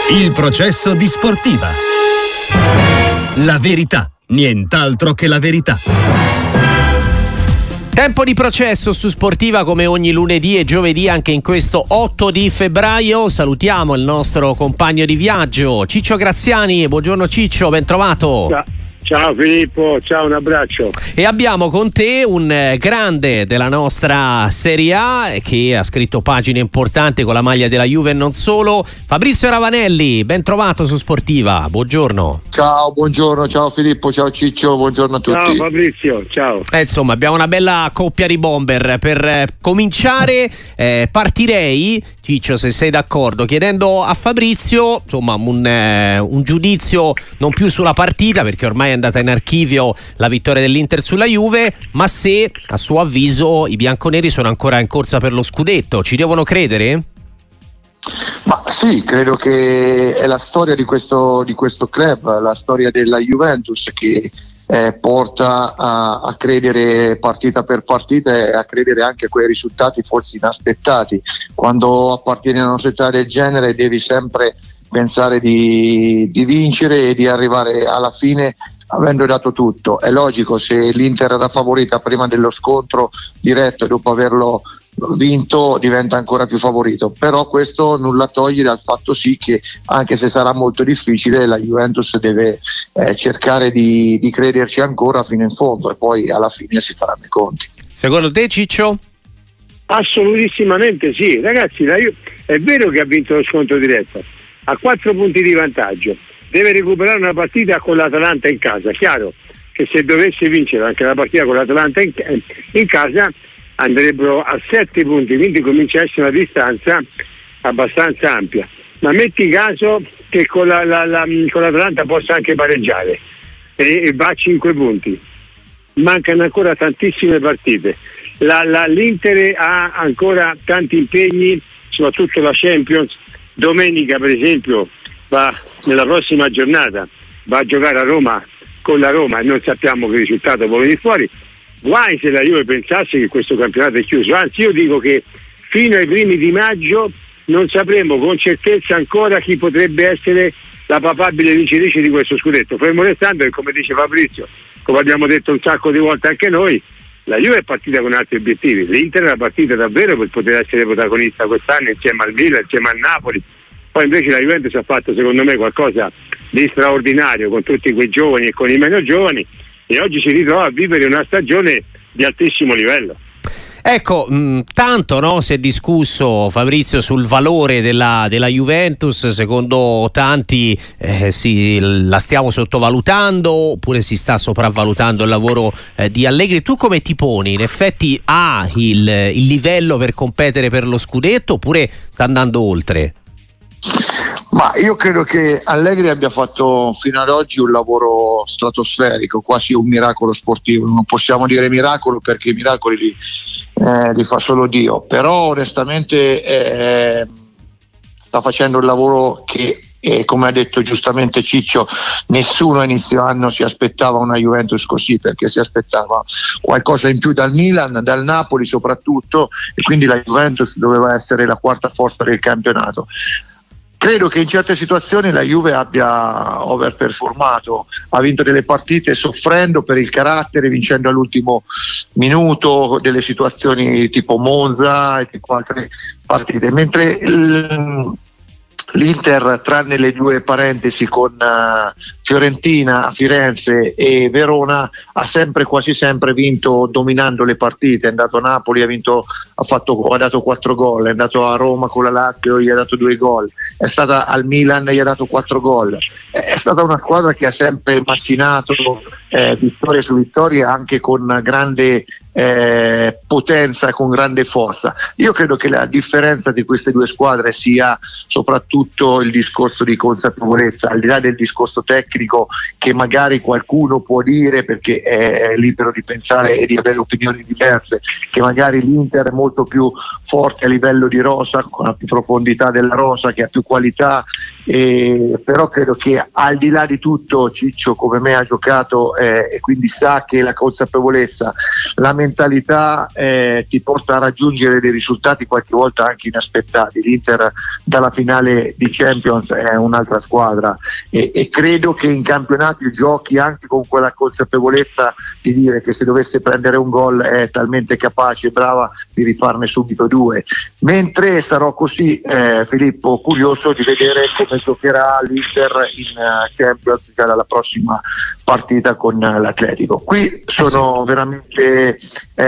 Il processo di Sportiva. La verità, nient'altro che la verità. Tempo di processo su Sportiva come ogni lunedì e giovedì anche in questo 8 di febbraio. Salutiamo il nostro compagno di viaggio Ciccio Graziani. Buongiorno Ciccio, ben trovato. Ciao Filippo, ciao, un abbraccio. E abbiamo con te un grande della nostra Serie A che ha scritto pagine importanti con la maglia della Juve e non solo, Fabrizio Ravanelli. Ben trovato su Sportiva, buongiorno. Ciao, buongiorno, ciao Filippo, ciao Ciccio, buongiorno a tutti. Ciao Fabrizio, ciao. Insomma, abbiamo una bella coppia di bomber. Per cominciare partirei, Ciccio, se sei d'accordo, chiedendo a Fabrizio insomma un giudizio non più sulla partita, perché ormai è andata in archivio la vittoria dell'Inter sulla Juve, ma se a suo avviso i bianconeri sono ancora in corsa per lo scudetto. Ci devono credere? Ma sì, credo che è la storia di questo club, la storia della Juventus che porta a credere partita per partita e a credere anche a quei risultati forse inaspettati. Quando appartieni a una società del genere devi sempre pensare di vincere e di arrivare alla fine avendo dato tutto. È logico, se l'Inter era favorita prima dello scontro diretto e dopo averlo vinto diventa ancora più favorito, però questo nulla toglie dal fatto sì che anche se sarà molto difficile la Juventus deve cercare di crederci ancora fino in fondo e poi alla fine si faranno i conti. Secondo te Ciccio? Assolutissimamente sì, ragazzi, è vero che ha vinto lo scontro diretto, ha 4 punti di vantaggio, deve recuperare una partita con l'Atalanta in casa. Chiaro che se dovesse vincere anche la partita con l'Atalanta in casa andrebbero a 7 punti, quindi comincia a essere una distanza abbastanza ampia, ma metti caso che con l'Atalanta possa anche pareggiare e va a 5 punti, mancano ancora tantissime partite, l'Inter ha ancora tanti impegni, soprattutto la Champions. Domenica per esempio nella prossima giornata va a giocare a Roma con la Roma e non sappiamo che risultato può venire fuori. Guai se la Juve pensasse che questo campionato è chiuso, anzi io dico che fino ai primi di maggio non sapremo con certezza ancora chi potrebbe essere la papabile vincitrice di questo scudetto, fermo restando che, come dice Fabrizio, come abbiamo detto un sacco di volte anche noi, la Juve è partita con altri obiettivi, l'Inter è una partita davvero per poter essere protagonista quest'anno insieme al Milan, insieme al Napoli. Poi invece la Juventus ha fatto secondo me qualcosa di straordinario con tutti quei giovani e con i meno giovani e oggi si ritrova a vivere una stagione di altissimo livello. Ecco, tanto no, si è discusso Fabrizio sul valore della Juventus, secondo tanti la stiamo sottovalutando oppure si sta sopravvalutando il lavoro di Allegri. Tu come ti poni? In effetti ha il livello per competere per lo scudetto oppure sta andando oltre? Ma io credo che Allegri abbia fatto fino ad oggi un lavoro stratosferico, quasi un miracolo sportivo. Non possiamo dire miracolo perché i miracoli li fa solo Dio, però onestamente sta facendo un lavoro che, come ha detto giustamente Ciccio, nessuno a inizio anno si aspettava una Juventus così, perché si aspettava qualcosa in più dal Milan, dal Napoli soprattutto, e quindi la Juventus doveva essere la quarta forza del campionato. Credo che in certe situazioni la Juve abbia overperformato, ha vinto delle partite soffrendo per il carattere, vincendo all'ultimo minuto, delle situazioni tipo Monza e tipo altre partite, mentre l'Inter, tranne le due parentesi con Fiorentina, Firenze e Verona, ha quasi sempre vinto dominando le partite. È andato a Napoli, ha dato 4 gol, è andato a Roma con la Lazio, gli ha dato 2 gol, è stata al Milan, gli ha dato 4 gol. È stata una squadra che ha sempre macinato vittoria su vittoria, anche con grande potenza e con grande forza. Io credo che la differenza di queste due squadre sia soprattutto il discorso di consapevolezza, al di là del discorso tecnico che magari qualcuno può dire, perché è libero di pensare e di avere opinioni diverse, che magari l'Inter è molto più forte a livello di rosa, con la più profondità della rosa, che ha più qualità, però credo che al di là di tutto Ciccio come me ha giocato e quindi sa che la consapevolezza, la mentalità ti porta a raggiungere dei risultati qualche volta anche inaspettati. L'Inter dalla finale di Champions è un'altra squadra e credo che in campionati giochi anche con quella consapevolezza di dire che se dovesse prendere un gol è talmente capace e brava di rifarne subito due, mentre sarò così Filippo curioso di vedere come giocherà l'Inter in Champions già dalla prossima partita con l'Atletico. Qui sono veramente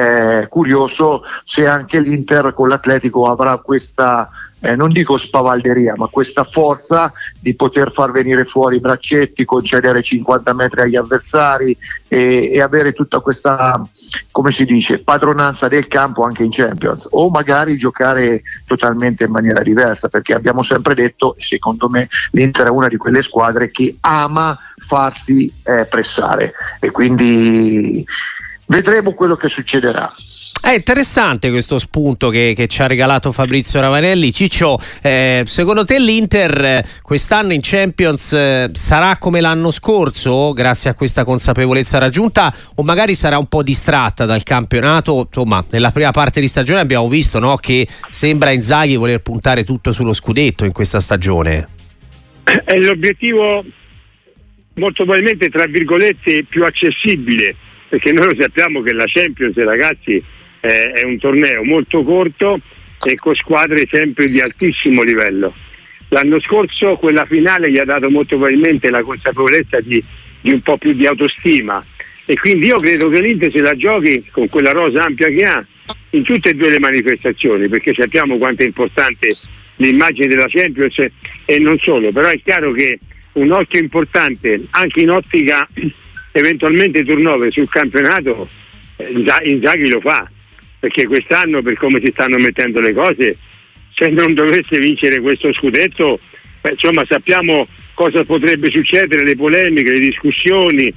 curioso se anche l'Inter con l'Atletico avrà questa non dico spavalderia, ma questa forza di poter far venire fuori i braccetti, concedere 50 metri agli avversari e avere tutta questa, come si dice, padronanza del campo anche in Champions, o magari giocare totalmente in maniera diversa, perché abbiamo sempre detto, secondo me l'Inter è una di quelle squadre che ama farsi pressare, e quindi vedremo quello che succederà. È interessante questo spunto che ci ha regalato Fabrizio Ravanelli. Ciccio, secondo te l'Inter quest'anno in Champions sarà come l'anno scorso grazie a questa consapevolezza raggiunta, o magari sarà un po' distratta dal campionato? Insomma, nella prima parte di stagione abbiamo visto, no, che sembra Inzaghi voler puntare tutto sullo scudetto in questa stagione. È l'obiettivo molto probabilmente, tra virgolette, più accessibile, perché noi lo sappiamo che la Champions, ragazzi, è un torneo molto corto e con squadre sempre di altissimo livello. L'anno scorso quella finale gli ha dato molto probabilmente la consapevolezza di un po' più di autostima, e quindi io credo che l'Inter se la giochi con quella rosa ampia che ha in tutte e due le manifestazioni, perché sappiamo quanto è importante l'immagine della Champions e non solo, però è chiaro che un occhio importante anche in ottica eventualmente turnover sul campionato Inzaghi lo fa, perché quest'anno, per come si stanno mettendo le cose, se non dovesse vincere questo scudetto, insomma sappiamo cosa potrebbe succedere, le polemiche, le discussioni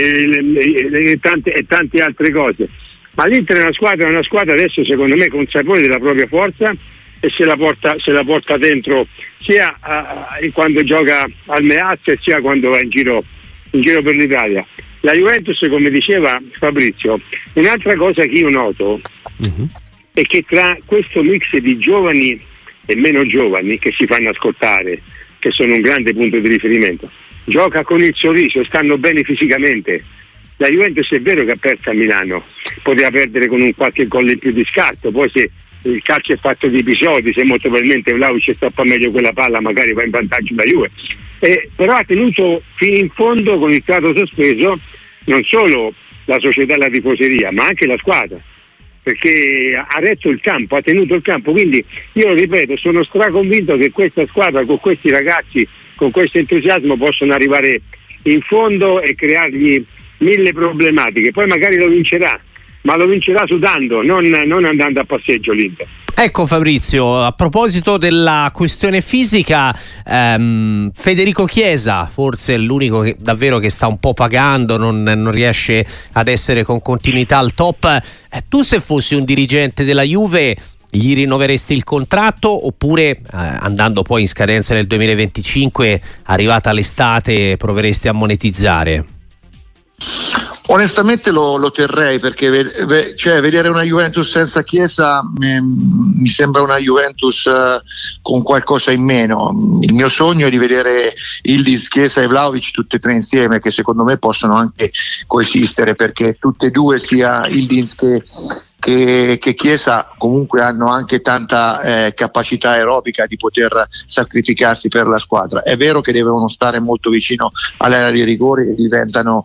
e tante altre cose. Ma l'Inter è una squadra adesso secondo me consapevole della propria forza e se la porta dentro sia quando gioca al Meazza sia quando va in giro per l'Italia. La Juventus, come diceva Fabrizio, un'altra cosa che io noto è che tra questo mix di giovani e meno giovani che si fanno ascoltare, che sono un grande punto di riferimento, gioca con il sorriso, stanno bene fisicamente. La Juventus è vero che ha perso a Milano, poteva perdere con un qualche gol in più di scarto, poi se il calcio è fatto di episodi, se molto probabilmente Vlahovic stoppa meglio quella palla magari va in vantaggio la Juve, però ha tenuto fino in fondo con il fiato sospeso non solo la società e la tifoseria ma anche la squadra, perché ha retto il campo, ha tenuto il campo. Quindi io ripeto, sono straconvinto che questa squadra con questi ragazzi, con questo entusiasmo possono arrivare in fondo e creargli 1000 problematiche. Poi magari lo vincerà, ma lo vincerà sudando, non andando a passeggio l'Inter. Ecco Fabrizio, a proposito della questione fisica, Federico Chiesa forse è l'unico che davvero che sta un po' pagando, non riesce ad essere con continuità al top. Tu se fossi un dirigente della Juve gli rinnoveresti il contratto, oppure andando poi in scadenza nel 2025, arrivata l'estate, proveresti a monetizzare? Onestamente lo terrei, perché vedere una Juventus senza Chiesa mi sembra una Juventus con qualcosa in meno. Il mio sogno è di vedere Yildiz, Chiesa e Vlahovic tutte e tre insieme, che secondo me possono anche coesistere, perché tutte e due, sia Yildiz che Chiesa, comunque hanno anche tanta capacità aerobica di poter sacrificarsi per la squadra. È vero che devono stare molto vicino all'area di rigore e diventano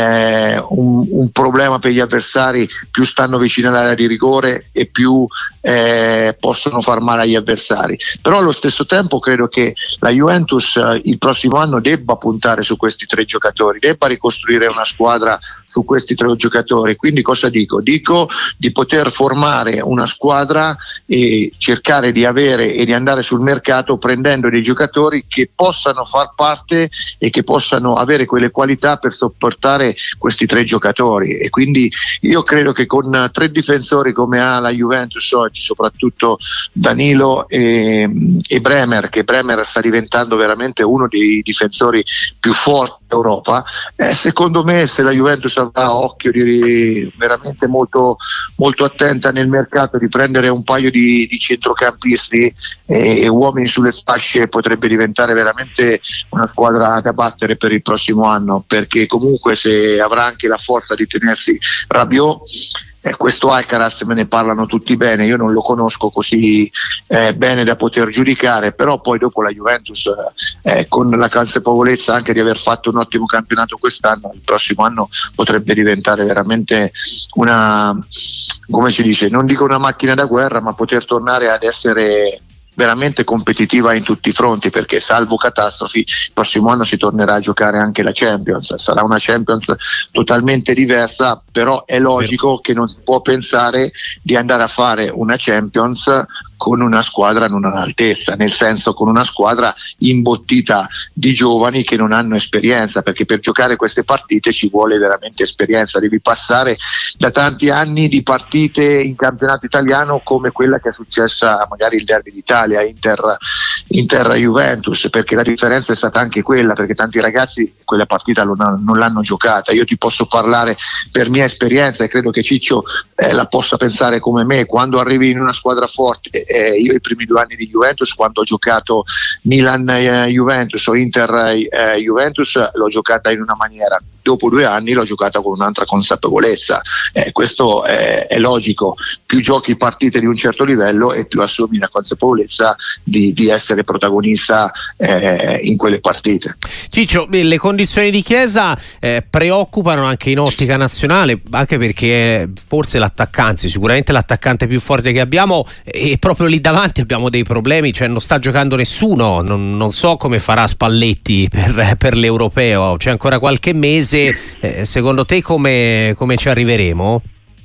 un problema per gli avversari, più stanno vicino all'area di rigore e più possono far male agli avversari. Però allo stesso tempo credo che la Juventus il prossimo anno debba puntare su questi tre giocatori, debba ricostruire una squadra su questi tre giocatori. Quindi cosa dico? Dico di poter poter formare una squadra e cercare di avere e di andare sul mercato prendendo dei giocatori che possano far parte e che possano avere quelle qualità per sopportare questi 3 giocatori. E quindi io credo che con 3 difensori come ha la Juventus oggi, soprattutto Danilo e Bremer, che Bremer sta diventando veramente uno dei difensori più forti d'Europa, secondo me, se la Juventus avrà occhio veramente molto, molto attenta nel mercato di prendere un paio di centrocampisti e uomini sulle fasce, potrebbe diventare veramente una squadra da battere per il prossimo anno, perché comunque se avrà anche la forza di tenersi Rabiot, questo Alcaraz me ne parlano tutti bene, io non lo conosco così bene da poter giudicare, però poi dopo la Juventus con la consapevolezza anche di aver fatto un ottimo campionato quest'anno, il prossimo anno potrebbe diventare veramente una, come si dice, non dico una macchina da guerra, ma poter tornare ad essere veramente competitiva in tutti i fronti, perché salvo catastrofi il prossimo anno si tornerà a giocare anche la Champions, sarà una Champions totalmente diversa, però è logico che non si può pensare di andare a fare una Champions con una squadra non all'altezza, nel senso con una squadra imbottita di giovani che non hanno esperienza, perché per giocare queste partite ci vuole veramente esperienza, devi passare da tanti anni di partite in campionato italiano come quella che è successa magari il Derby d'Italia, Inter-Juventus, perché la differenza è stata anche quella, perché tanti ragazzi quella partita non l'hanno giocata. Io ti posso parlare per mia esperienza e credo che Ciccio la possa pensare come me, quando arrivi in una squadra forte, io i primi 2 anni di Juventus, quando ho giocato Milan-Juventus o Inter-Juventus, l'ho giocata in una maniera, dopo 2 anni l'ho giocata con un'altra consapevolezza, questo è logico, più giochi partite di un certo livello e più assumi la consapevolezza di essere protagonista in quelle partite. Ciccio, le condizioni di Chiesa preoccupano anche in ottica nazionale, anche perché forse l'attaccante, sicuramente l'attaccante più forte che abbiamo, e proprio lì davanti abbiamo dei problemi, cioè non sta giocando nessuno, non so come farà Spalletti per l'Europeo, c'è ancora qualche mese, secondo te come ci arriveremo?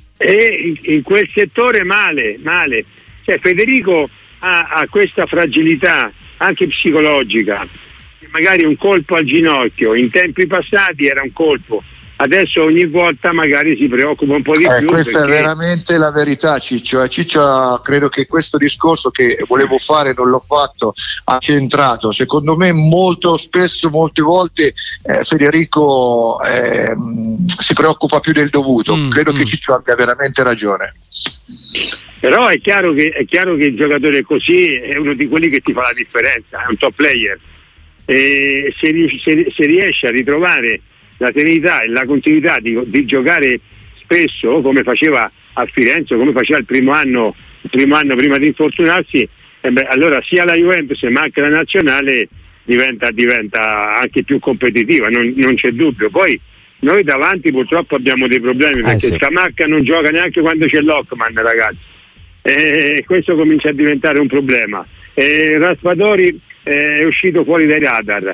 In quel settore male, cioè Federico ha questa fragilità anche psicologica, magari un colpo al ginocchio, in tempi passati era un colpo, adesso ogni volta magari si preoccupa un po' di più. Questa è veramente la verità, Ciccio. Ciccio, credo che questo discorso che volevo fare non l'ho fatto, ha centrato. Secondo me molto spesso, molte volte Federico si preoccupa più del dovuto. Credo che Ciccio abbia veramente ragione. Però è chiaro che il giocatore così è uno di quelli che ti fa la differenza, è un top player. E se riesce a ritrovare la serenità e la continuità di giocare spesso, come faceva a Firenze, come faceva il primo anno prima di infortunarsi, allora sia la Juventus ma anche la nazionale diventa anche più competitiva, non c'è dubbio. Poi noi davanti purtroppo abbiamo dei problemi, perché Scamacca non gioca neanche quando c'è Lockman, ragazzi, e questo comincia a diventare un problema. Raspadori è uscito fuori dai radar,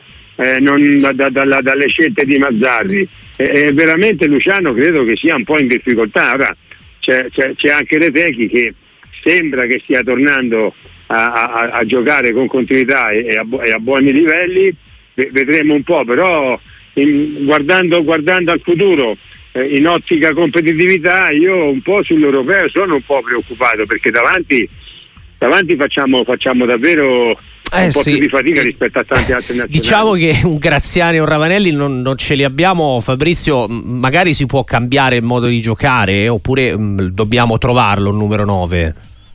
dalle scelte di Mazzarri, veramente Luciano credo che sia un po' in difficoltà. Ora c'è anche Reteghi che sembra che stia tornando a giocare con continuità e a buoni livelli, vedremo un po', però guardando al futuro in ottica competitività, io un po' sull'europeo sono un po' preoccupato, perché davanti facciamo davvero un po' più di fatica rispetto a tanti altri nazionali. Diciamo che un Graziani e un Ravanelli non ce li abbiamo, Fabrizio. Magari si può cambiare il modo di giocare, oppure dobbiamo trovarlo il numero 9?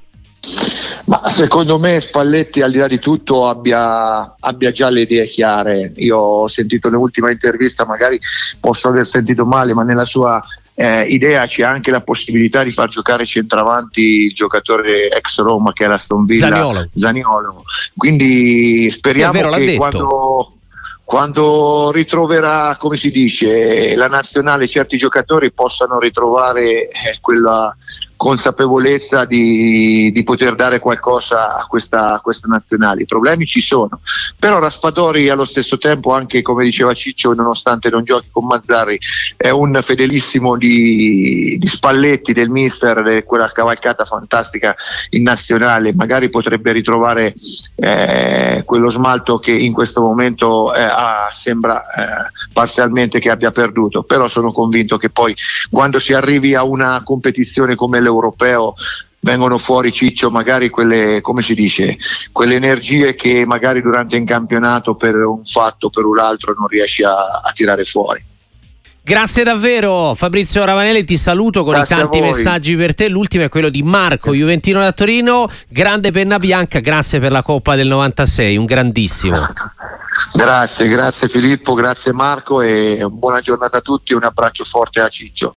Ma secondo me Spalletti, al di là di tutto, abbia già le idee chiare. Io ho sentito l'ultima intervista, magari posso aver sentito male, ma nella sua idea c'è anche la possibilità di far giocare centravanti il giocatore ex Roma che era Aston Villa, Zaniolo. Quindi speriamo che quando ritroverà, come si dice, la nazionale, certi giocatori possano ritrovare consapevolezza di poter dare qualcosa a questa nazionale. I problemi ci sono, però Raspadori allo stesso tempo, anche come diceva Ciccio, nonostante non giochi con Mazzarri, è un fedelissimo di Spalletti, del mister, di quella cavalcata fantastica in nazionale. Magari potrebbe ritrovare quello smalto che in questo momento sembra parzialmente che abbia perduto, però sono convinto che poi quando si arrivi a una competizione come l'Europeo vengono fuori, Ciccio, magari quelle, come si dice, quelle energie che magari durante il campionato per un fatto o per un altro non riesci a tirare fuori. Grazie davvero Fabrizio Ravanelli, ti saluto con Grazie i tanti messaggi per te. L'ultimo è quello di Marco, juventino da Torino, grande penna bianca, grazie per la Coppa del 96, un grandissimo. Grazie Filippo, grazie Marco, e buona giornata a tutti e un abbraccio forte a Ciccio.